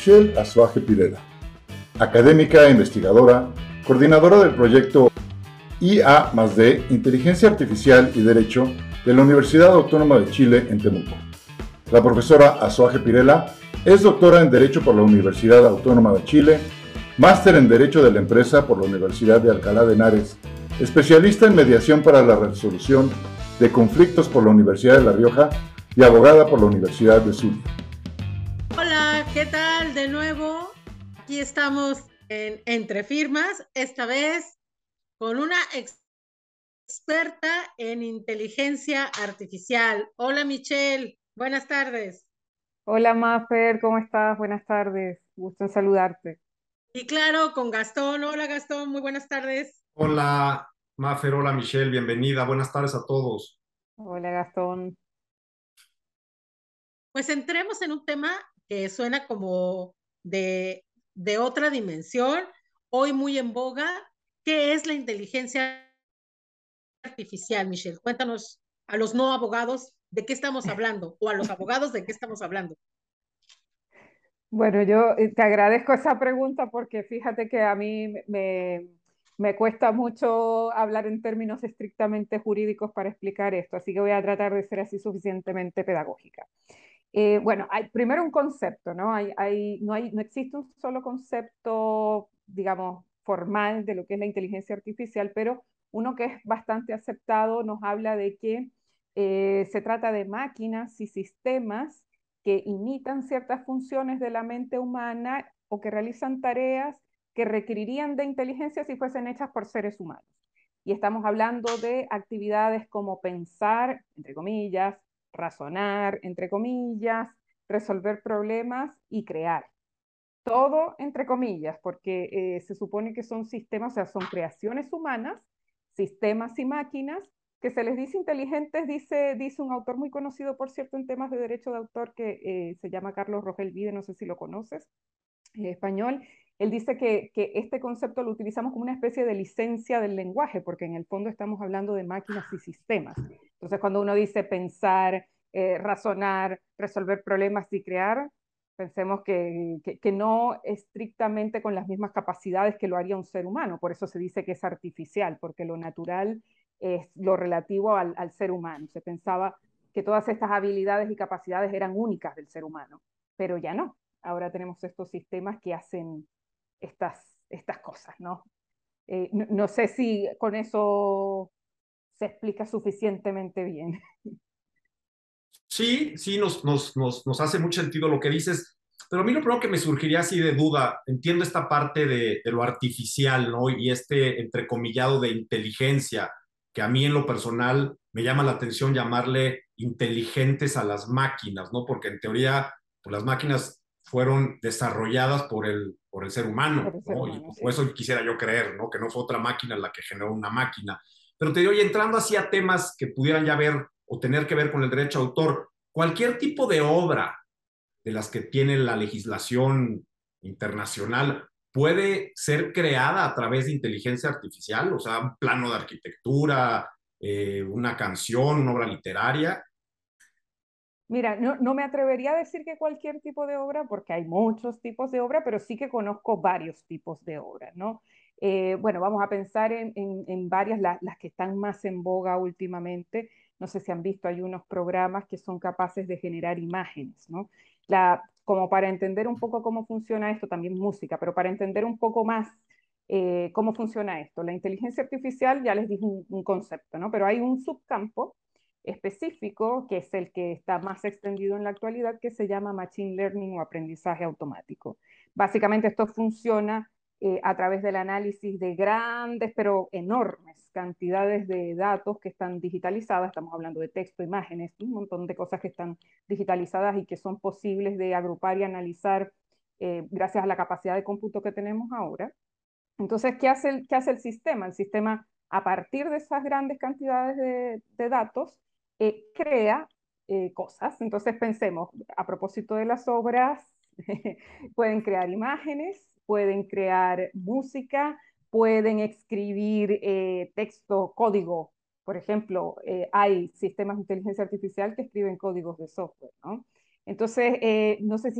Michelle Azuaje Pirela, académica e investigadora, coordinadora del proyecto IA+D, Inteligencia Artificial y Derecho de la Universidad Autónoma de Chile en Temuco. La profesora Azuaje Pirela es doctora en Derecho por la Universidad Autónoma de Chile, máster en Derecho de la Empresa por la Universidad de Alcalá de Henares, especialista en mediación para la resolución de conflictos por la Universidad de La Rioja y abogada por la Universidad de Zulia. Hola, ¿qué tal? De nuevo, aquí estamos en Entre Firmas, esta vez con una experta en inteligencia artificial. Hola, Michelle, buenas tardes. Hola Mafer, ¿cómo estás? Buenas tardes, gusto en saludarte. Y claro, con Gastón. Hola, Gastón, muy buenas tardes. Hola, Mafer, hola Michelle, bienvenida. Buenas tardes a todos. Hola Gastón. Pues entremos en un tema que suena como de otra dimensión, hoy muy en boga, que es la inteligencia artificial, Michelle. Cuéntanos a los no abogados de qué estamos hablando o a los abogados de qué estamos hablando. Bueno, yo te agradezco esa pregunta porque fíjate que a mí me cuesta mucho hablar en términos estrictamente jurídicos para explicar esto, así que voy a tratar de ser así suficientemente pedagógica. Bueno, hay primero un concepto, ¿no? No existe un solo concepto, digamos, formal de lo que es la inteligencia artificial, pero uno que es bastante aceptado nos habla de que se trata de máquinas y sistemas que imitan ciertas funciones de la mente humana o que realizan tareas que requerirían de inteligencia si fuesen hechas por seres humanos. Y estamos hablando de actividades como pensar, entre comillas, razonar, entre comillas, resolver problemas y crear. Todo entre comillas, porque se supone que son sistemas, o sea, son creaciones humanas, sistemas y máquinas, que se les dice inteligentes, dice un autor muy conocido, por cierto, en temas de derecho de autor, que se llama Carlos Rogel Vide, no sé si lo conoces, español. Él dice que este concepto lo utilizamos como una especie de licencia del lenguaje, porque en el fondo estamos hablando de máquinas y sistemas. Entonces, cuando uno dice pensar, razonar, resolver problemas y crear, pensemos que no estrictamente con las mismas capacidades que lo haría un ser humano. Por eso se dice que es artificial, porque lo natural es lo relativo al ser humano. Se pensaba que todas estas habilidades y capacidades eran únicas del ser humano, pero ya no. Ahora tenemos estos sistemas que hacen estas cosas, ¿no? No sé si con eso se explica suficientemente bien. Sí, sí, nos hace mucho sentido lo que dices, pero a mí lo primero que me surgiría así de duda, entiendo esta parte de lo artificial, ¿no? Y este entrecomillado de inteligencia, que a mí en lo personal me llama la atención llamarle inteligentes a las máquinas, ¿no? Porque en teoría, pues las máquinas fueron desarrolladas por el ser Por humano, el ser ¿no? humano, O sí. eso quisiera yo creer, ¿no? Que no fue otra máquina la que generó una máquina. Pero te digo, y entrando así a temas que pudieran ya ver o tener que ver con el derecho de autor, cualquier tipo de obra de las que tiene la legislación internacional puede ser creada a través de inteligencia artificial, o sea, un plano de arquitectura, una canción, una obra literaria. Mira, no me atrevería a decir que cualquier tipo de obra, porque hay muchos tipos de obra, pero sí que conozco varios tipos de obras, ¿no? Bueno, vamos a pensar en varias, las que están más en boga últimamente. No sé si han visto, hay unos programas que son capaces de generar imágenes, ¿no? Como para entender un poco cómo funciona esto, también música, pero para entender un poco más cómo funciona esto. La inteligencia artificial, ya les dije un concepto, ¿no? Pero hay un subcampo específico, que es el que está más extendido en la actualidad, que se llama Machine Learning o aprendizaje automático. Básicamente esto funciona a través del análisis de grandes, pero enormes cantidades de datos que están digitalizadas, estamos hablando de texto, imágenes, un montón de cosas que están digitalizadas y que son posibles de agrupar y analizar gracias a la capacidad de cómputo que tenemos ahora. Entonces, qué hace el sistema? El sistema, a partir de esas grandes cantidades de datos, crea cosas. Entonces, pensemos, a propósito de las obras, pueden crear imágenes, pueden crear música, pueden escribir texto, código. Por ejemplo, hay sistemas de inteligencia artificial que escriben códigos de software, ¿no? Entonces, no sé si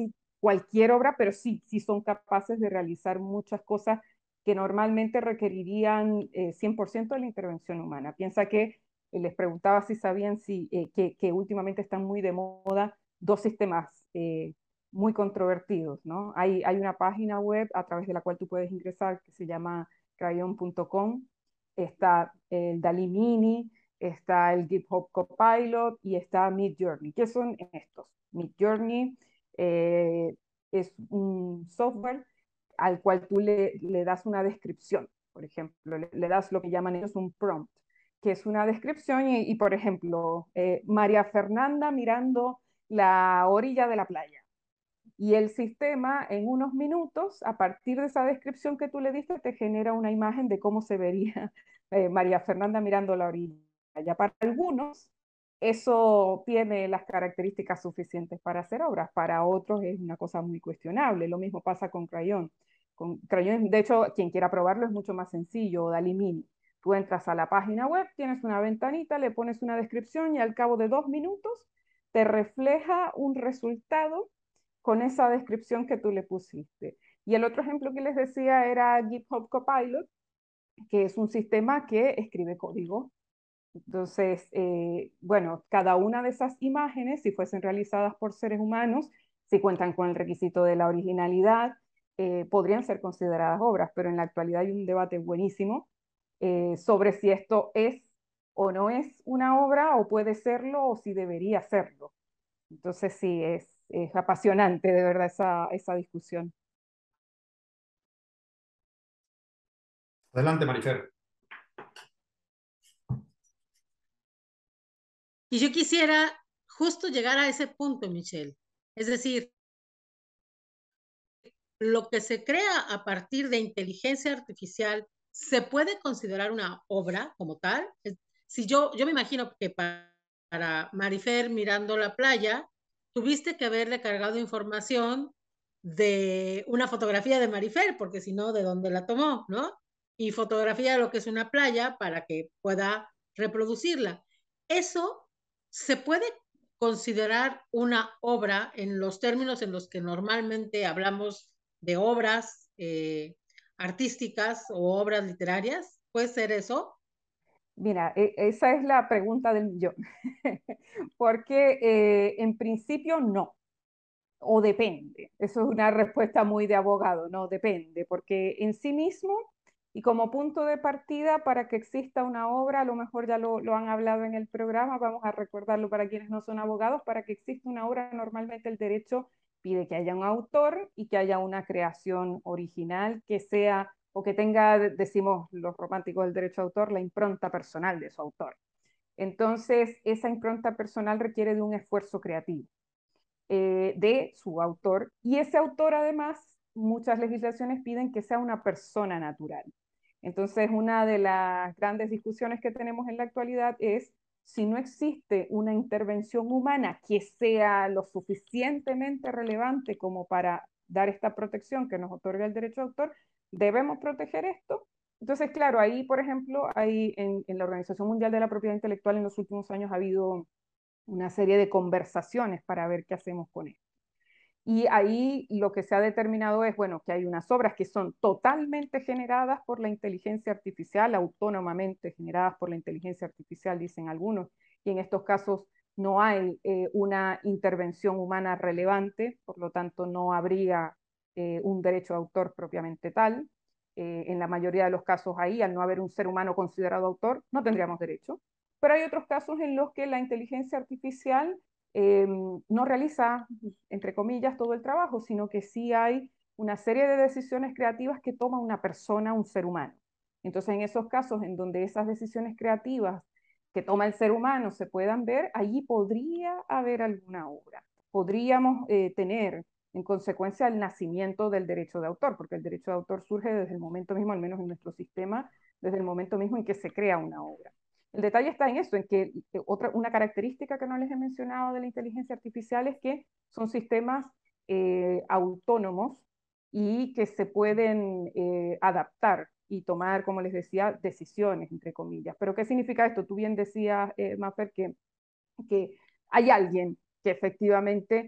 cualquier obra, pero sí, sí son capaces de realizar muchas cosas que normalmente requerirían 100% de la intervención humana. Piensa que les preguntaba si sabían que últimamente están muy de moda dos sistemas muy controvertidos, ¿no? Hay una página web a través de la cual tú puedes ingresar que se llama crayon.com, está el DALL-E Mini, está el GitHub Copilot y está Midjourney. ¿Qué son estos? Midjourney es un software al cual tú le das una descripción, por ejemplo, le das lo que llaman ellos un prompt, que es una descripción y por ejemplo, María Fernanda mirando la orilla de la playa. Y el sistema en unos minutos, a partir de esa descripción que tú le diste, te genera una imagen de cómo se vería María Fernanda mirando la orilla. Ya para algunos, eso tiene las características suficientes para hacer obras. Para otros es una cosa muy cuestionable. Lo mismo pasa con Crayon. Con Crayon, de hecho, quien quiera probarlo es mucho más sencillo, DALL-E Mini. Tú entras a la página web, tienes una ventanita, le pones una descripción y al cabo de 2 minutos te refleja un resultado con esa descripción que tú le pusiste. Y el otro ejemplo que les decía era GitHub Copilot, que es un sistema que escribe código. Entonces, bueno, cada una de esas imágenes, si fuesen realizadas por seres humanos, si cuentan con el requisito de la originalidad, podrían ser consideradas obras, pero en la actualidad hay un debate buenísimo sobre si esto es o no es una obra, o puede serlo, o si debería serlo. Entonces sí, es apasionante de verdad esa discusión. Adelante, Marifer. Y yo quisiera justo llegar a ese punto, Michelle. Es decir, lo que se crea a partir de inteligencia artificial se puede considerar una obra como tal. Si yo me imagino que para Marifer mirando la playa, tuviste que haberle cargado información de una fotografía de Marifer, porque si no, ¿de dónde la tomó, no? Y fotografía de lo que es una playa para que pueda reproducirla. Eso se puede considerar una obra en los términos en los que normalmente hablamos de obras artísticas o obras literarias. ¿Puede ser eso? Mira, esa es la pregunta del millón, porque en principio no, o depende. Eso es una respuesta muy de abogado, no, depende, porque en sí mismo y como punto de partida para que exista una obra, a lo mejor ya lo han hablado en el programa, vamos a recordarlo para quienes no son abogados, para que exista una obra normalmente el derecho pide que haya un autor y que haya una creación original que sea o que tenga, decimos los románticos del derecho de autor, la impronta personal de su autor. Entonces, esa impronta personal requiere de un esfuerzo creativo de su autor, y ese autor además, muchas legislaciones piden que sea una persona natural. Entonces, una de las grandes discusiones que tenemos en la actualidad es si no existe una intervención humana que sea lo suficientemente relevante como para dar esta protección que nos otorga el derecho de autor, debemos proteger esto. Entonces, claro, ahí, por ejemplo, en la Organización Mundial de la Propiedad Intelectual en los últimos años ha habido una serie de conversaciones para ver qué hacemos con esto. Y ahí lo que se ha determinado es, bueno, que hay unas obras que son totalmente generadas por la inteligencia artificial, autónomamente generadas por la inteligencia artificial, dicen algunos, y en estos casos no hay una intervención humana relevante, por lo tanto no habría un derecho de autor propiamente tal. En la mayoría de los casos ahí, al no haber un ser humano considerado autor, no tendríamos derecho. Pero hay otros casos en los que la inteligencia artificial no realiza, entre comillas, todo el trabajo, sino que sí hay una serie de decisiones creativas que toma una persona, un ser humano. Entonces, en esos casos en donde esas decisiones creativas que toma el ser humano se puedan ver, allí podría haber alguna obra. Podríamos tener, en consecuencia, el nacimiento del derecho de autor, porque el derecho de autor surge desde el momento mismo, al menos en nuestro sistema, desde el momento mismo en que se crea una obra. El detalle está en eso, en que una característica que no les he mencionado de la inteligencia artificial es que son sistemas autónomos y que se pueden adaptar y tomar, como les decía, decisiones, entre comillas. Pero ¿qué significa esto? Tú bien decías, Mafer, que hay alguien que efectivamente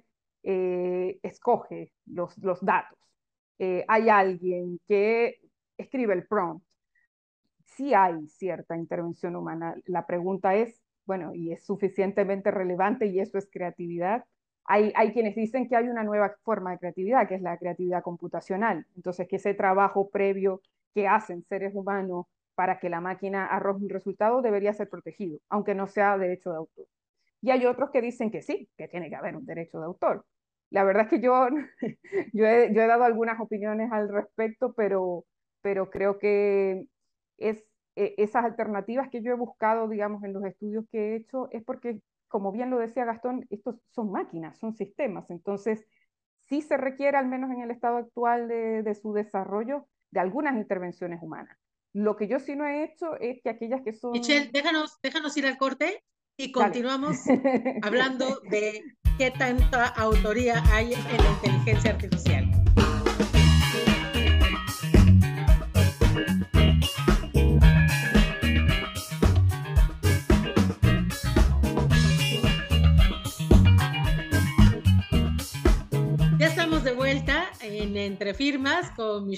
escoge los datos. Hay alguien que escribe el prompt. Sí hay cierta intervención humana. La pregunta es, bueno, ¿y es suficientemente relevante y eso es creatividad? Hay quienes dicen que hay una nueva forma de creatividad, que es la creatividad computacional. Entonces, que ese trabajo previo que hacen seres humanos para que la máquina arroje un resultado debería ser protegido, aunque no sea derecho de autor. Y hay otros que dicen que sí, que tiene que haber un derecho de autor. La verdad es que yo, yo he dado algunas opiniones al respecto, pero creo que es, esas alternativas que yo he buscado, digamos, en los estudios que he hecho, es porque, como bien lo decía Gastón, estos son máquinas, son sistemas. Entonces, sí se requiere, al menos en el estado actual de su desarrollo, de algunas intervenciones humanas. Lo que yo sí no he hecho es que aquellas que Michelle, son... déjanos ir al corte y Dale. continuamos hablando de qué tanta autoría hay en la inteligencia artificial. Ya estamos de vuelta en Entre Firmas con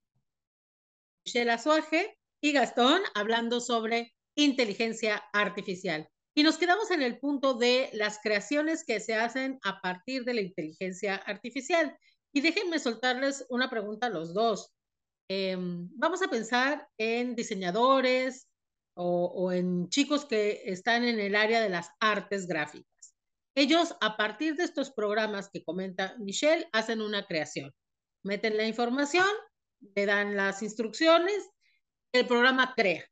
Michelle Azuaje y Gastón hablando sobre inteligencia artificial. Y nos quedamos en el punto de las creaciones que se hacen a partir de la inteligencia artificial. Y déjenme soltarles una pregunta a los dos. Vamos a pensar en diseñadores o en chicos que están en el área de las artes gráficas. Ellos, a partir de estos programas que comenta Michelle, hacen una creación. Meten la información, le dan las instrucciones, el programa crea.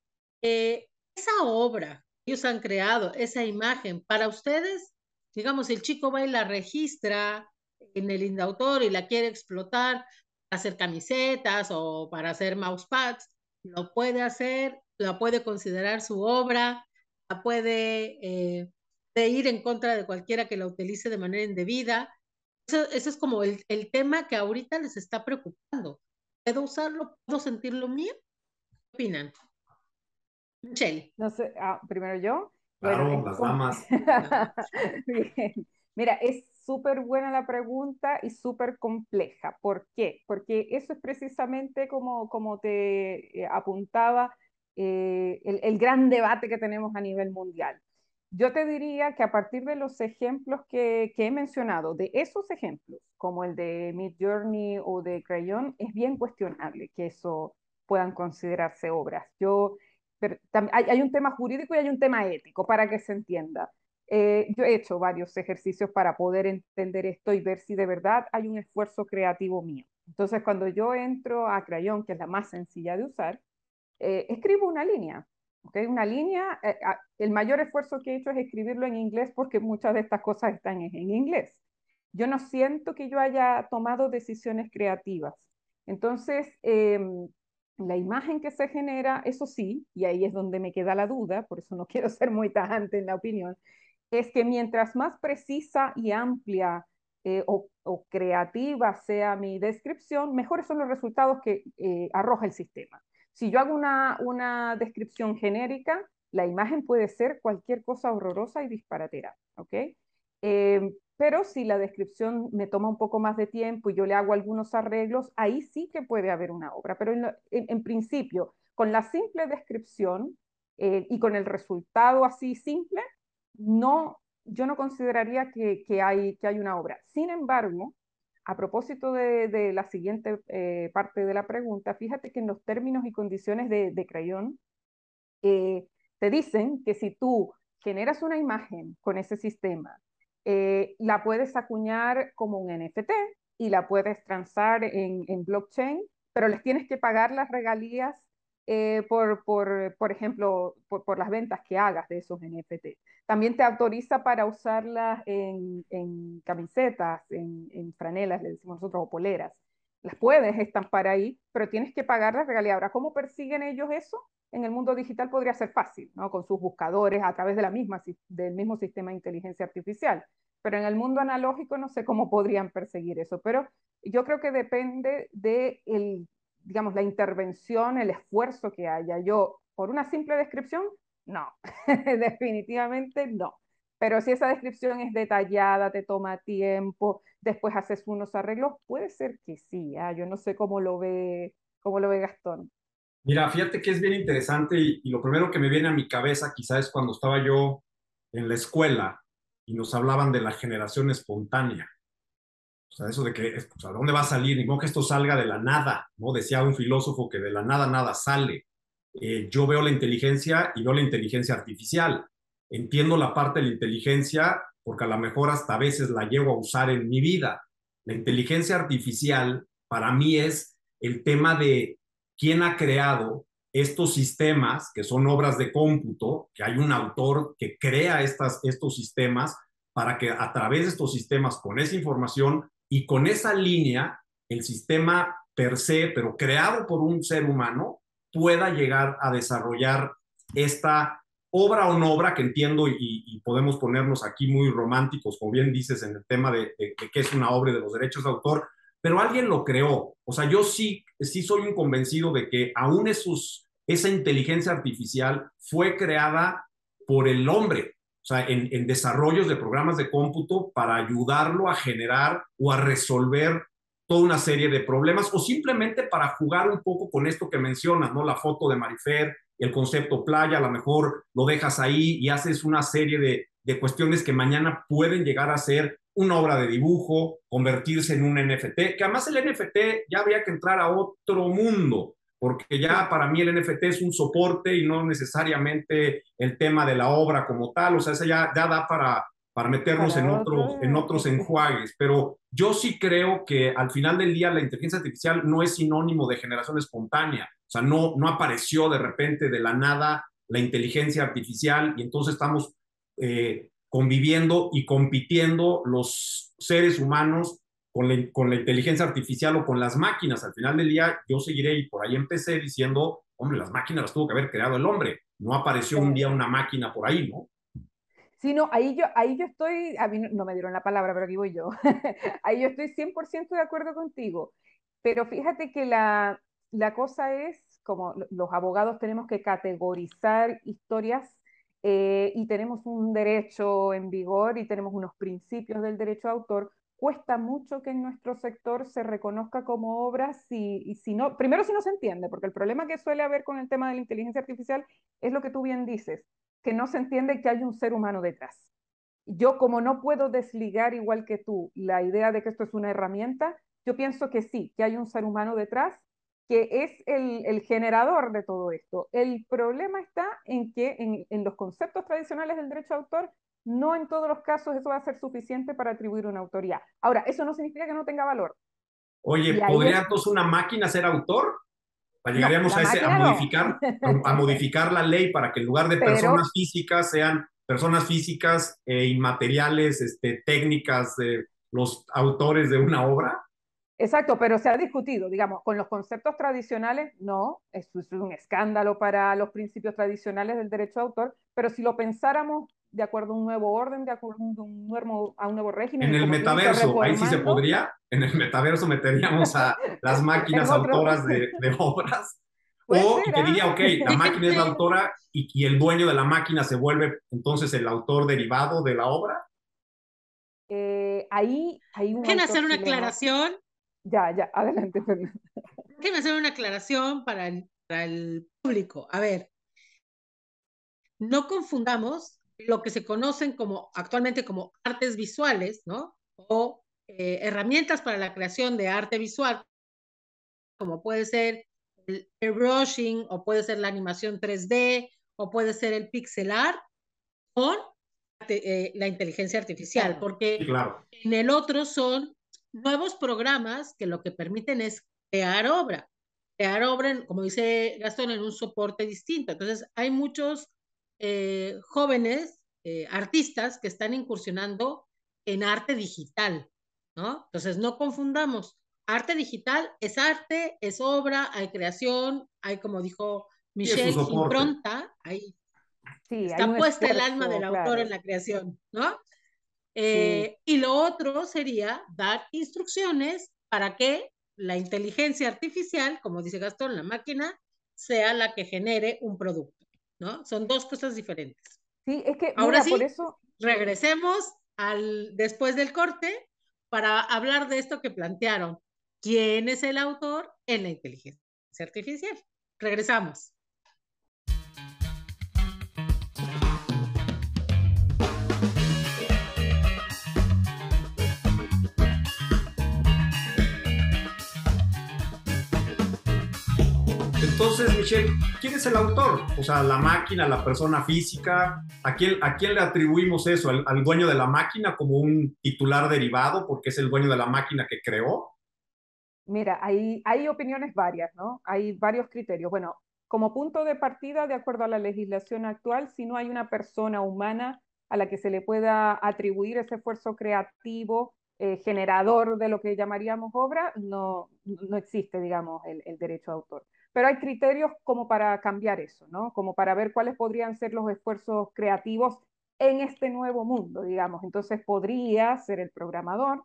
Esa obra que ellos han creado, esa imagen, para ustedes, digamos, el chico va y la registra en el Indautor y la quiere explotar para hacer camisetas o para hacer mousepads, lo puede hacer, la puede considerar su obra, la puede de ir en contra de cualquiera que la utilice de manera indebida. Eso es como el tema que ahorita les está preocupando. ¿Puedo usarlo? ¿Puedo sentirlo mío? ¿Qué opinan? Michelle. No sé, primero yo. Bueno, Claro, las damas. Bien. Mira, es súper buena la pregunta y súper compleja. ¿Por qué? Porque eso es precisamente como te apuntaba el gran debate que tenemos a nivel mundial. Yo te diría que a partir de los ejemplos que he mencionado, de esos ejemplos, como el de Midjourney o de Crayon, es bien cuestionable que eso puedan considerarse obras. Pero hay un tema jurídico y hay un tema ético para que se entienda. Yo he hecho varios ejercicios para poder entender esto y ver si de verdad hay un esfuerzo creativo mío. Entonces, cuando yo entro a Crayon, que es la más sencilla de usar, escribo una línea. ¿Okay? Una línea, el mayor esfuerzo que he hecho es escribirlo en inglés porque muchas de estas cosas están en inglés. Yo no siento que yo haya tomado decisiones creativas. Entonces, la imagen que se genera, eso sí, y ahí es donde me queda la duda, por eso no quiero ser muy tajante en la opinión, es que mientras más precisa y amplia o creativa sea mi descripción, mejores son los resultados que arroja el sistema. Si yo hago una descripción genérica, la imagen puede ser cualquier cosa horrorosa y disparatera, ¿ok? Pero si la descripción me toma un poco más de tiempo y yo le hago algunos arreglos, ahí sí que puede haber una obra. Pero en principio, con la simple descripción y con el resultado así simple, no, yo no consideraría que hay una obra. Sin embargo, a propósito de la siguiente parte de la pregunta, fíjate que en los términos y condiciones de Crayon te dicen que si tú generas una imagen con ese sistema, la puedes acuñar como un NFT y la puedes transar en blockchain, pero les tienes que pagar las regalías por ejemplo, por las ventas que hagas de esos NFT. También te autoriza para usarlas en camisetas, en franelas, le decimos nosotros, o poleras. Las puedes estampar ahí, pero tienes que pagar las regalías. Ahora, ¿cómo persiguen ellos eso? En el mundo digital podría ser fácil, ¿no? Con sus buscadores a través de del mismo sistema de inteligencia artificial. Pero en el mundo analógico no sé cómo podrían perseguir eso. Pero yo creo que depende de digamos, la intervención, el esfuerzo que haya. Yo, por una simple descripción, no, definitivamente no. Pero si esa descripción es detallada, te toma tiempo, después haces unos arreglos, puede ser que sí. Yo no sé cómo lo ve Gastón. Mira, fíjate que es bien interesante y lo primero que me viene a mi cabeza quizá es cuando estaba yo en la escuela y nos hablaban de la generación espontánea. O sea, eso de que, o sea, ¿dónde va a salir? Ni modo que esto salga de la nada, ¿no? Decía un filósofo que de la nada nada sale. Yo veo la inteligencia y veo la inteligencia artificial. Entiendo la parte de la inteligencia porque a lo mejor hasta a veces la llevo a usar en mi vida. La inteligencia artificial para mí es el tema de quién ha creado estos sistemas que son obras de cómputo, que hay un autor que crea estos sistemas para que a través de estos sistemas, con esa información y con esa línea, el sistema per se, pero creado por un ser humano, pueda llegar a desarrollar esta obra o no obra que entiendo y podemos ponernos aquí muy románticos, como bien dices, en el tema de qué es una obra y de los derechos de autor, pero alguien lo creó. O sea, yo sí soy un convencido de que aún esa inteligencia artificial fue creada por el hombre, o sea, en desarrollos de programas de cómputo para ayudarlo a generar o a resolver toda una serie de problemas o simplemente para jugar un poco con esto que mencionas, ¿no? La foto de Marifer, el concepto playa, a lo mejor lo dejas ahí y haces una serie de cuestiones que mañana pueden llegar a ser una obra de dibujo, convertirse en un NFT, que además el NFT ya habría que entrar a otro mundo, porque ya para mí el NFT es un soporte y no necesariamente el tema de la obra como tal, o sea, ese ya da para meternos en otros enjuagues, pero yo sí creo que al final del día la inteligencia artificial no es sinónimo de generación espontánea, o sea, no apareció de repente de la nada la inteligencia artificial y entonces estamos conviviendo y compitiendo los seres humanos con la inteligencia artificial o con las máquinas. Al final del día, yo seguiré y por ahí empecé diciendo, hombre, las máquinas las tuvo que haber creado el hombre. No apareció un día una máquina por ahí, ¿no? Sí, no, ahí yo estoy, a mí no me dieron la palabra, pero aquí voy yo. Ahí yo estoy 100% de acuerdo contigo. Pero fíjate que la cosa es, como los abogados tenemos que categorizar historias y tenemos un derecho en vigor y tenemos unos principios del derecho de autor, cuesta mucho que en nuestro sector se reconozca como obra y si no, primero si no se entiende, porque el problema que suele haber con el tema de la inteligencia artificial es lo que tú bien dices, que no se entiende que hay un ser humano detrás. Yo como no puedo desligar igual que tú la idea de que esto es una herramienta, yo pienso que sí, que hay un ser humano detrás que es el generador de todo esto. El problema está en que en los conceptos tradicionales del derecho de autor, no en todos los casos eso va a ser suficiente para atribuir una autoría. Ahora, eso no significa que no tenga valor. Oye, Y ahí ¿podría es, entonces una máquina ser autor? no, Llegaríamos la a máquina no, modificar la ley para que en lugar de pero personas físicas sean personas físicas inmateriales, técnicas de los autores de una obra. exacto, pero se ha discutido, digamos, con los conceptos tradicionales, no, eso es un escándalo para los principios tradicionales del derecho de autor, pero si lo pensáramos de acuerdo a un nuevo orden, de acuerdo a un nuevo régimen, En y el como tú dices, metaverso, ahí sí se reformando podría. En el metaverso meteríamos a las en máquinas otro, autoras de obras. puede O ser, que diría, ok, la máquina es la Fíjate, autora y el dueño de la máquina se vuelve entonces el autor derivado de la obra. hay un déjenme autor hacer una chileno, aclaración, ya, adelante, Fernando. déjenme hacer una aclaración para el público. A ver, no confundamos lo que se conocen como actualmente como artes visuales, ¿no? O herramientas para la creación de arte visual, como puede ser el airbrushing, o puede ser la animación 3D, o puede ser el pixel art, con la inteligencia artificial, Claro, Sí, porque claro. en el otro son nuevos programas que lo que permiten es crear obra, como dice Gastón, en un soporte distinto. Entonces, hay muchos jóvenes artistas que están incursionando en arte digital, ¿no? Entonces, no confundamos. Arte digital es obra, hay creación, hay, como dijo Sí, es su Michelle, soporte. impronta, hay sí, hay está un puesta el alma esfuerzo, del autor en claro, la creación, ¿no? sí. Y lo otro sería dar instrucciones para que la inteligencia artificial, como dice Gastón, la máquina, sea la que genere un producto, ¿no? Son dos cosas diferentes. Sí, es que, Ahora mira, por sí, eso, regresemos después del corte para hablar de esto que plantearon. ¿Quién es el autor en la inteligencia artificial? Regresamos. Entonces, Michelle, ¿quién es el autor? O sea, la máquina, la persona física, a quién le atribuimos eso? ¿Al dueño de la máquina como un titular derivado porque es el dueño de la máquina que creó? mira, hay opiniones varias, ¿no? Hay varios criterios. Bueno, como punto de partida, de acuerdo a la legislación actual, si no hay una persona humana a la que se le pueda atribuir ese esfuerzo creativo, generador de lo que llamaríamos obra, no existe, digamos, el derecho de autor. Pero hay criterios como para cambiar eso, ¿no? Como para ver cuáles podrían ser los esfuerzos creativos en este nuevo mundo, digamos. Entonces podría ser el programador,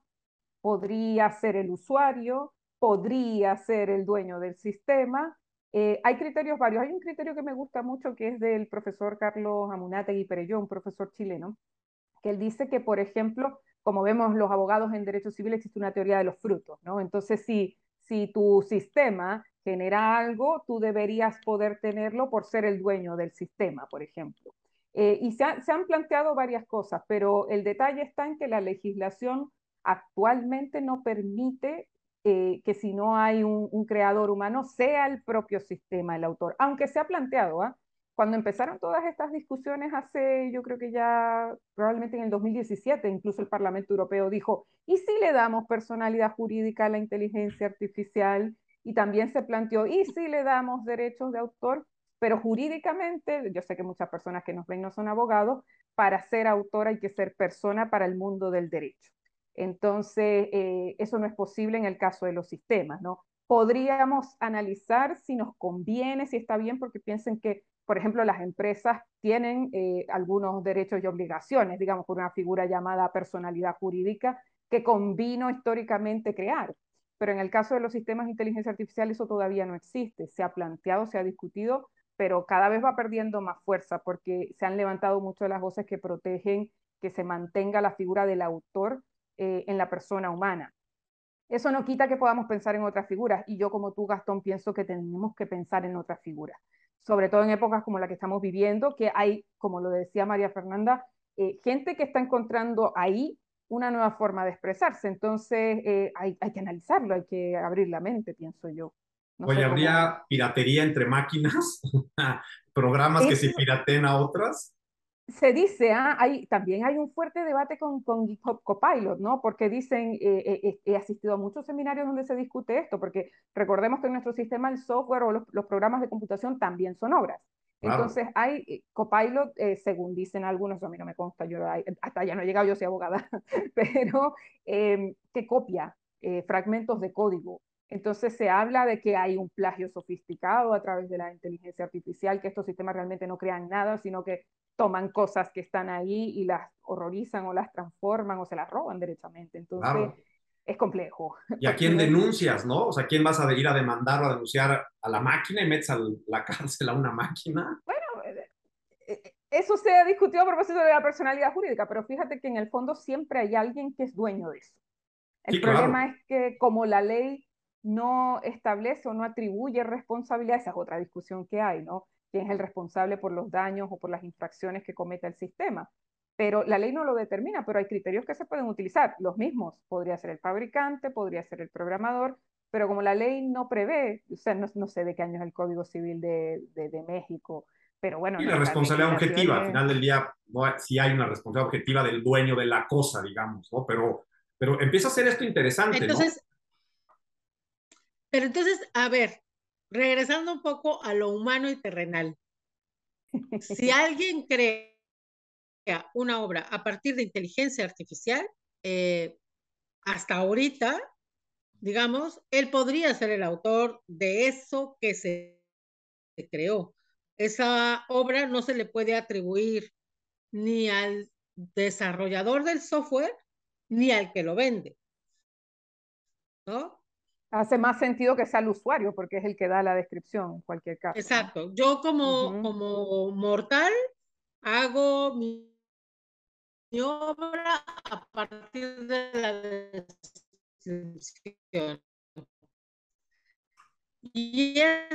podría ser el usuario, podría ser el dueño del sistema. Hay criterios varios. Hay un criterio que me gusta mucho que es del profesor Carlos Amunátegui Perelló, un profesor chileno, que él dice que, por ejemplo, como vemos los abogados en derecho civil, existe una teoría de los frutos, ¿no? Entonces, si tu sistema genera algo, tú deberías poder tenerlo por ser el dueño del sistema, por ejemplo. Y se han planteado varias cosas, pero el detalle está en que la legislación actualmente no permite que si no hay un creador humano, sea el propio sistema el autor, aunque se ha planteado, ¿ah? Cuando empezaron todas estas discusiones hace, yo creo que ya probablemente en el 2017, incluso el Parlamento Europeo dijo, ¿y si le damos personalidad jurídica a la inteligencia artificial? Y también se planteó, ¿y si le damos derechos de autor? Pero jurídicamente, yo sé que muchas personas que nos ven no son abogados, para ser autor hay que ser persona para el mundo del derecho. Entonces, eso no es posible en el caso de los sistemas, ¿no? Podríamos analizar si nos conviene, si está bien, porque piensen que, por ejemplo, las empresas tienen algunos derechos y obligaciones, digamos, por una figura llamada personalidad jurídica que convino históricamente crear. Pero en el caso de los sistemas de inteligencia artificial eso todavía no existe. Se ha planteado, se ha discutido, pero cada vez va perdiendo más fuerza porque se han levantado mucho de las voces que protegen que se mantenga la figura del autor en la persona humana. Eso no quita que podamos pensar en otras figuras y yo como tú, Gastón, pienso que tenemos que pensar en otras figuras, sobre todo en épocas como la que estamos viviendo, que hay, como lo decía María Fernanda, gente que está encontrando ahí una nueva forma de expresarse, entonces hay que analizarlo, hay que abrir la mente, pienso yo. No Oye, sé cómo... ¿habría piratería entre máquinas? ¿Programas que se Eso, pirateen a otras? se dice, también hay un fuerte debate con GitHub Copilot, ¿no? Porque dicen, he asistido a muchos seminarios donde se discute esto, porque recordemos que en nuestro sistema el software o los programas de computación también son obras. Claro. Entonces hay Copilot, según dicen algunos, a mí no me consta, yo hasta ya no he llegado, yo soy abogada, pero que copia fragmentos de código. Entonces se habla de que hay un plagio sofisticado a través de la inteligencia artificial, que estos sistemas realmente no crean nada, sino que toman cosas que están ahí y las horrorizan o las transforman o se las roban derechamente. Entonces, Claro. es complejo, ¿Y a porque quién no es... denuncias, no? O sea, ¿quién vas a ir a demandar o a denunciar a la máquina y metes a la cárcel a una máquina? Bueno, eso se ha discutido a propósito de la personalidad jurídica, pero fíjate que en el fondo siempre hay alguien que es dueño de eso. El Sí, claro. problema es que como la ley no establece o no atribuye responsabilidad, esa es otra discusión que hay, ¿no? ¿Quién es el responsable por los daños o por las infracciones que cometa el sistema? Pero la ley no lo determina, pero hay criterios que se pueden utilizar. Los mismos, podría ser el fabricante, podría ser el programador, pero como la ley no prevé, o sea, no sé de qué año es el Código Civil de México, pero bueno, Y la nuestras responsabilidad objetiva, al legislaciones... final del día, no, sí hay una responsabilidad objetiva del dueño de la cosa, digamos, ¿no? Pero empieza a ser esto interesante, ¿no? Entonces, pero entonces, a ver, regresando un poco a lo humano y terrenal. Si alguien crea una obra a partir de inteligencia artificial, hasta ahorita, digamos, él podría ser el autor de eso que se creó. Esa obra no se le puede atribuir ni al desarrollador del software ni al que lo vende, ¿no? Hace más sentido que sea el usuario, porque es el que da la descripción en cualquier caso, ¿no? Exacto. Yo Uh -huh. como mortal hago mi obra a partir de la descripción. Y es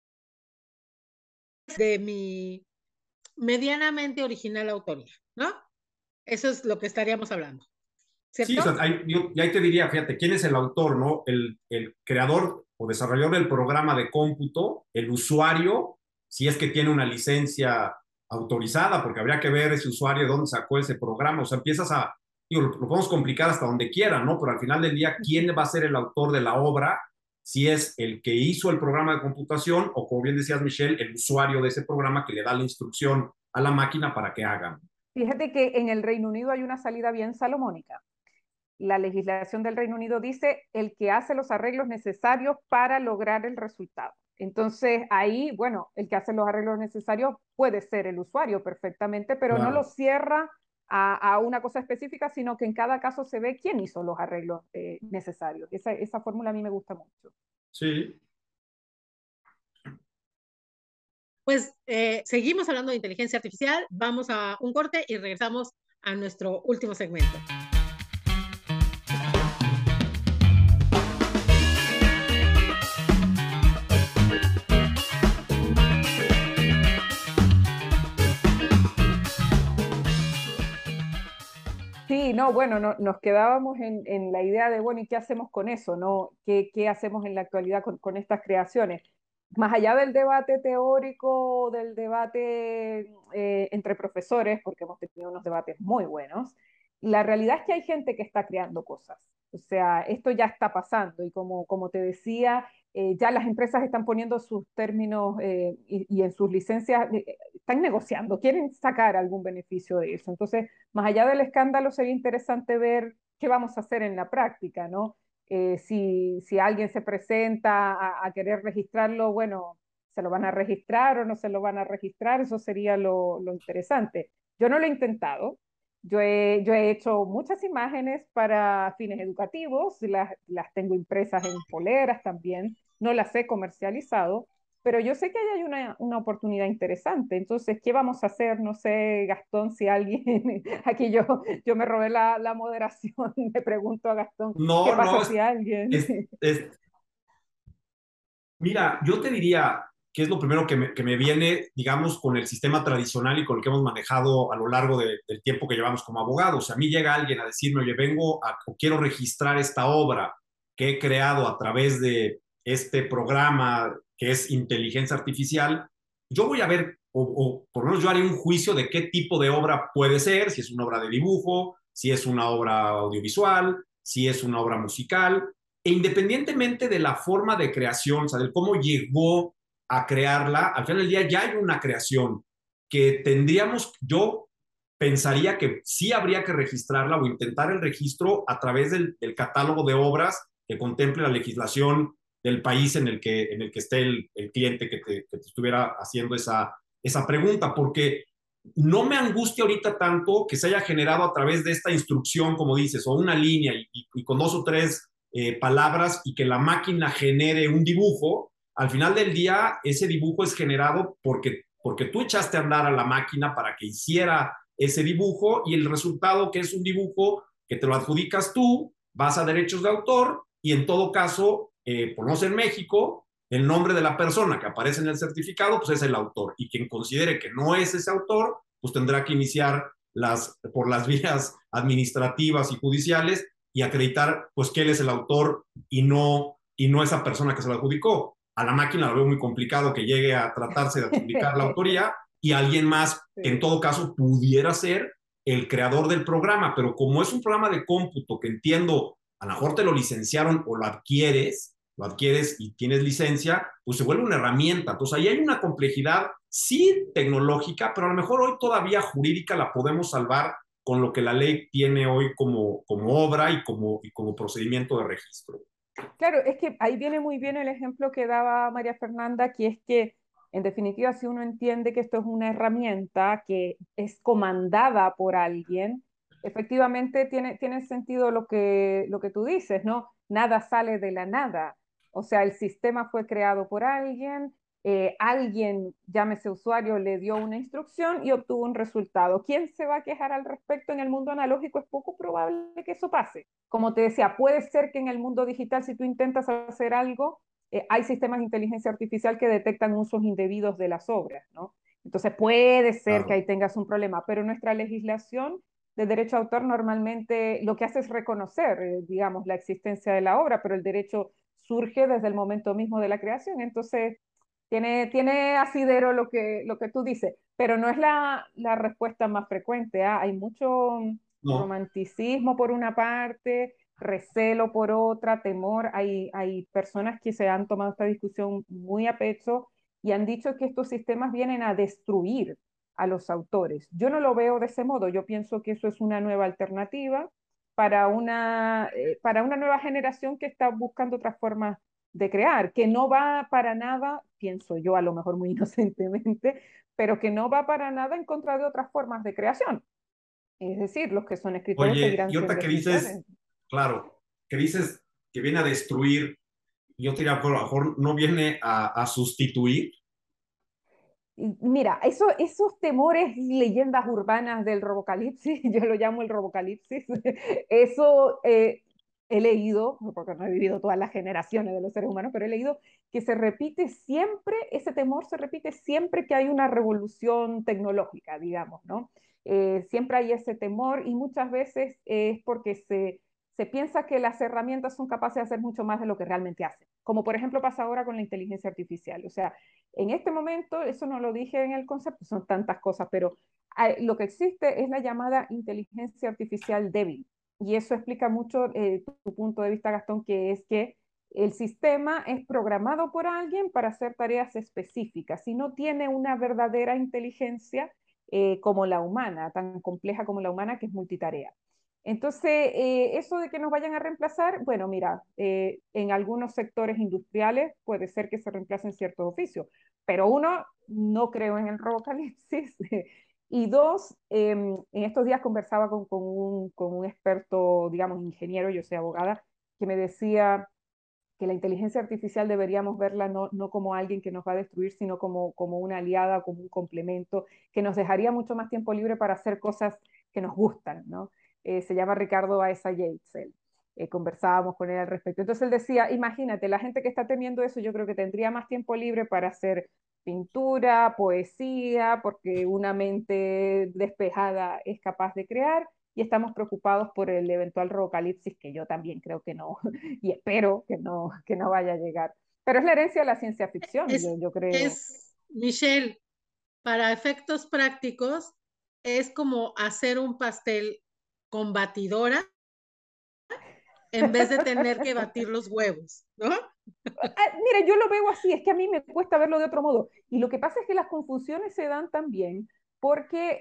de mi medianamente original autoría, ¿no? Eso es lo que estaríamos hablando, Sí, o ¿cierto? sea, y ahí te diría, fíjate, ¿quién es el autor, no? El creador o desarrollador del programa de cómputo, el usuario, si es que tiene una licencia autorizada, porque habría que ver ese usuario de dónde sacó ese programa. O sea, empiezas a, digo, lo podemos complicar hasta donde quiera, ¿no? Pero al final del día, ¿quién va a ser el autor de la obra? Si es el que hizo el programa de computación o, como bien decías, Michelle, el usuario de ese programa que le da la instrucción a la máquina para que haga. Fíjate que en el Reino Unido hay una salida bien salomónica. La legislación del Reino Unido dice el que hace los arreglos necesarios para lograr el resultado. Entonces ahí, bueno, el que hace los arreglos necesarios puede ser el usuario perfectamente, pero no lo Claro. cierra a una cosa específica, sino que en cada caso se ve quién hizo los arreglos necesarios. Esa fórmula a mí me gusta mucho. Sí. Pues seguimos hablando de inteligencia artificial, vamos a un corte y regresamos a nuestro último segmento. Sí, no, bueno, nos quedábamos en la idea de, bueno, ¿y qué hacemos con eso? ¿No? ¿Qué hacemos en la actualidad con estas creaciones? Más allá del debate teórico, del debate entre profesores, porque hemos tenido unos debates muy buenos, la realidad es que hay gente que está creando cosas. O sea, esto ya está pasando y como te decía, ya las empresas están poniendo sus términos y en sus licencias, están negociando, quieren sacar algún beneficio de eso. Entonces, más allá del escándalo, sería interesante ver qué vamos a hacer en la práctica, ¿no? Si alguien se presenta a querer registrarlo, bueno, ¿se lo van a registrar o no se lo van a registrar? Eso sería lo interesante. Yo no lo he intentado. Yo he hecho muchas imágenes para fines educativos, las tengo impresas en poleras también, no las he comercializado, pero yo sé que ahí hay una oportunidad interesante. Entonces, ¿qué vamos a hacer? No sé, Gastón, si alguien, aquí yo me robé la moderación, le pregunto a Gastón, ¿qué No, pasa no, si alguien... es, es, mira, yo te diría que es lo primero que me viene, digamos, con el sistema tradicional y con el que hemos manejado a lo largo del tiempo que llevamos como abogados. A mí llega alguien a decirme, oye, o quiero registrar esta obra que he creado a través de este programa que es inteligencia artificial. Yo voy a ver, o por lo menos yo haré un juicio de qué tipo de obra puede ser, si es una obra de dibujo, si es una obra audiovisual, si es una obra musical, e independientemente de la forma de creación, o sea, de cómo llegó a crearla, al final del día ya hay una creación que yo pensaría que sí habría que registrarla o intentar el registro a través del catálogo de obras que contemple la legislación del país en el que esté el cliente que te estuviera haciendo esa pregunta, porque no me angustia ahorita tanto que se haya generado a través de esta instrucción, como dices, o una línea y con dos o tres palabras y que la máquina genere un dibujo. Al final del día, ese dibujo es generado porque tú echaste a andar a la máquina para que hiciera ese dibujo y el resultado, que es un dibujo que te lo adjudicas tú, vas a derechos de autor y en todo caso, por no ser México, el nombre de la persona que aparece en el certificado, pues es el autor. Y quien considere que no es ese autor, pues tendrá que iniciar por las vías administrativas y judiciales y acreditar pues que él es el autor y no esa persona que se lo adjudicó. A la máquina lo veo muy complicado que llegue a tratarse de adjudicar la autoría y alguien más que en Sí. todo caso pudiera ser el creador del programa, pero como es un programa de cómputo que entiendo, a lo mejor te lo licenciaron o lo adquieres y tienes licencia, pues se vuelve una herramienta. Entonces ahí hay una complejidad, sí tecnológica, pero a lo mejor hoy todavía jurídica la podemos salvar con lo que la ley tiene hoy como obra y como procedimiento de registro. Claro, es que ahí viene muy bien el ejemplo que daba María Fernanda, que es que, en definitiva, si uno entiende que esto es una herramienta que es comandada por alguien, efectivamente tiene sentido lo que tú dices, ¿no? Nada sale de la nada. O sea, el sistema fue creado por alguien, alguien, llámese usuario, le dio una instrucción y obtuvo un resultado. ¿Quién se va a quejar al respecto? En el mundo analógico es poco probable que eso pase. Como te decía, puede ser que en el mundo digital, si tú intentas hacer algo, hay sistemas de inteligencia artificial que detectan usos indebidos de las obras, ¿no? Entonces puede ser que Claro. ahí tengas un problema, pero nuestra legislación de derecho a autor normalmente lo que hace es reconocer, digamos, la existencia de la obra, pero el derecho surge desde el momento mismo de la creación. Entonces, tiene asidero lo que tú dices, pero no es la respuesta más frecuente. ¿Ah? Hay mucho No, romanticismo por una parte, recelo por otra, temor. Hay personas que se han tomado esta discusión muy a pecho y han dicho que estos sistemas vienen a destruir a los autores. Yo no lo veo de ese modo, yo pienso que eso es una nueva alternativa para una nueva generación que está buscando otras formas de crear, que no va para nada, pienso yo a lo mejor muy inocentemente, pero que no va para nada en contra de otras formas de creación. Es decir, los que son escritores oye, seguirán y ahorita siendo que dices, escritores. claro, que dices que viene a destruir, yo te diría, a lo mejor no viene a sustituir. Y mira, esos temores y leyendas urbanas del robocalipsis, yo lo llamo el robocalipsis, eso he leído, porque no he vivido todas las generaciones de los seres humanos, pero he leído que se repite siempre, ese temor se repite siempre que hay una revolución tecnológica, digamos, ¿no? Siempre hay ese temor y muchas veces es porque se piensa que las herramientas son capaces de hacer mucho más de lo que realmente hacen, como por ejemplo pasa ahora con la inteligencia artificial, o sea, en este momento, eso no lo dije en el concepto, son tantas cosas, pero lo que existe es la llamada inteligencia artificial débil. Y eso explica mucho tu punto de vista, Gastón, que es que el sistema es programado por alguien para hacer tareas específicas y no tiene una verdadera inteligencia como la humana, tan compleja como la humana, que es multitarea. Entonces, eso de que nos vayan a reemplazar, bueno, mira, en algunos sectores industriales puede ser que se reemplacen ciertos oficios, pero uno, no creo en el robocalipsis. Y dos, en estos días conversaba con un experto, digamos, ingeniero, yo soy abogada, que me decía que la inteligencia artificial deberíamos verla no como alguien que nos va a destruir, sino como una aliada, como un complemento, que nos dejaría mucho más tiempo libre para hacer cosas que nos gustan, ¿no? Se llama Ricardo Baeza Yates, él. Conversábamos con él al respecto. Entonces él decía, imagínate, la gente que está temiendo eso, yo creo que tendría más tiempo libre para hacer pintura, poesía, porque una mente despejada es capaz de crear, y estamos preocupados por el eventual robocalipsis, que yo también creo que no, y espero que no vaya a llegar. Pero es la herencia de la ciencia ficción, yo creo. Michelle, para efectos prácticos, es como hacer un pastel con batidora en vez de tener que batir los huevos, ¿no? Mira, yo lo veo así, es que a mí me cuesta verlo de otro modo. Y lo que pasa es que las confusiones se dan también porque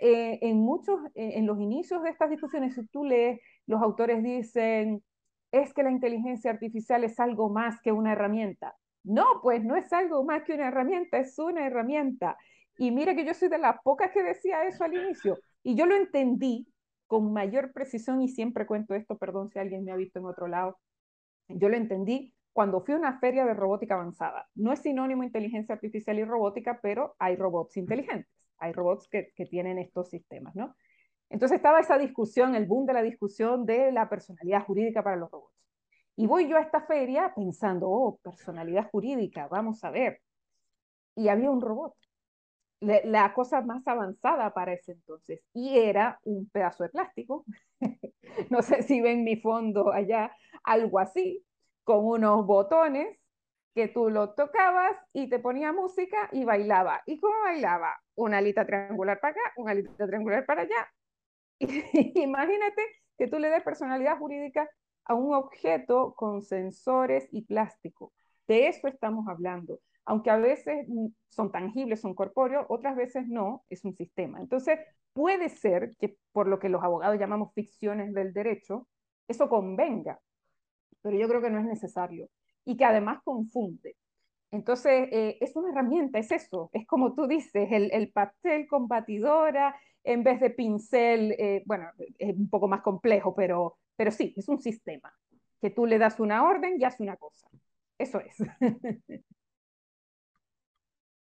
en los inicios de estas discusiones, si tú lees, los autores dicen, es que la inteligencia artificial es algo más que una herramienta. No, pues no es algo más que una herramienta, es una herramienta. Y mira que yo soy de las pocas que decía eso al inicio. Y yo lo entendí con mayor precisión y siempre cuento esto, perdón si alguien me ha visto en otro lado, yo lo entendí cuando fui a una feria de robótica avanzada. No es sinónimo inteligencia artificial y robótica, pero hay robots inteligentes, hay robots que tienen estos sistemas, ¿no? Entonces estaba esa discusión, el boom de la discusión de la personalidad jurídica para los robots. Y voy yo a esta feria pensando, oh, personalidad jurídica, vamos a ver. Y había un robot, la cosa más avanzada para ese entonces, y era un pedazo de plástico, no sé si ven mi fondo allá, algo así, con unos botones que tú lo tocabas y te ponía música y bailaba. ¿Y cómo bailaba? Una alita triangular para acá, una alita triangular para allá. Imagínate que tú le des personalidad jurídica a un objeto con sensores y plástico. De eso estamos hablando. Aunque a veces son tangibles, son corpóreos, otras veces no, es un sistema. Entonces, puede ser que por lo que los abogados llamamos ficciones del derecho, eso convenga, pero yo creo que no es necesario y que además confunde. Entonces, es una herramienta, es eso, es como tú dices, el pastel con batidora en vez de pincel, bueno, es un poco más complejo, pero sí, es un sistema, que tú le das una orden y hace una cosa. Eso es.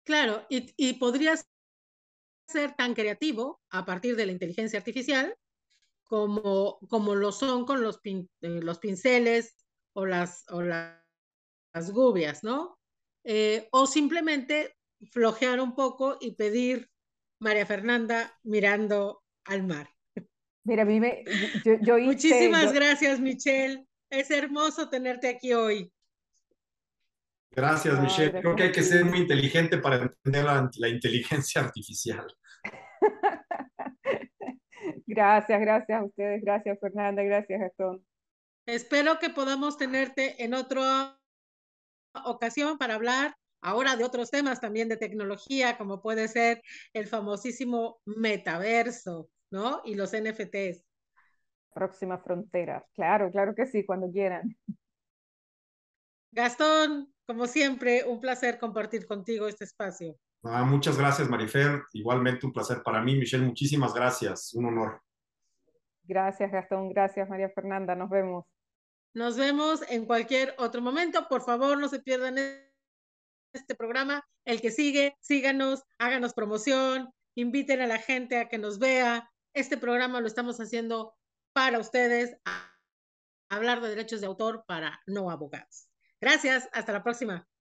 Claro, y podrías ser tan creativo a partir de la inteligencia artificial como lo son con los pinceles o las gubias, ¿no? O simplemente flojear un poco y pedir María Fernanda mirando al mar. Mira, a mí yo hice, Muchísimas gracias, Michelle. Es hermoso tenerte aquí hoy. Gracias, no, Michelle. Creo gracias que a hay que ser ti. muy inteligente para entender la inteligencia artificial. Gracias, gracias a ustedes, gracias Fernanda, gracias Gastón. Espero que podamos tenerte en otra ocasión para hablar ahora de otros temas también de tecnología, como puede ser el famosísimo metaverso, ¿no? Y los NFTs. Próxima frontera. Claro, claro que sí, cuando quieran. Gastón, como siempre, un placer compartir contigo este espacio. Muchas gracias, Marifer. Igualmente un placer para mí. Michelle, muchísimas gracias. Un honor. Gracias Gastón, gracias María Fernanda, nos vemos. Nos vemos en cualquier otro momento. Por favor, no se pierdan este programa. El que sigue, síganos, háganos promoción, inviten a la gente a que nos vea. Este programa lo estamos haciendo para ustedes, a hablar de derechos de autor para no abogados. Gracias, hasta la próxima.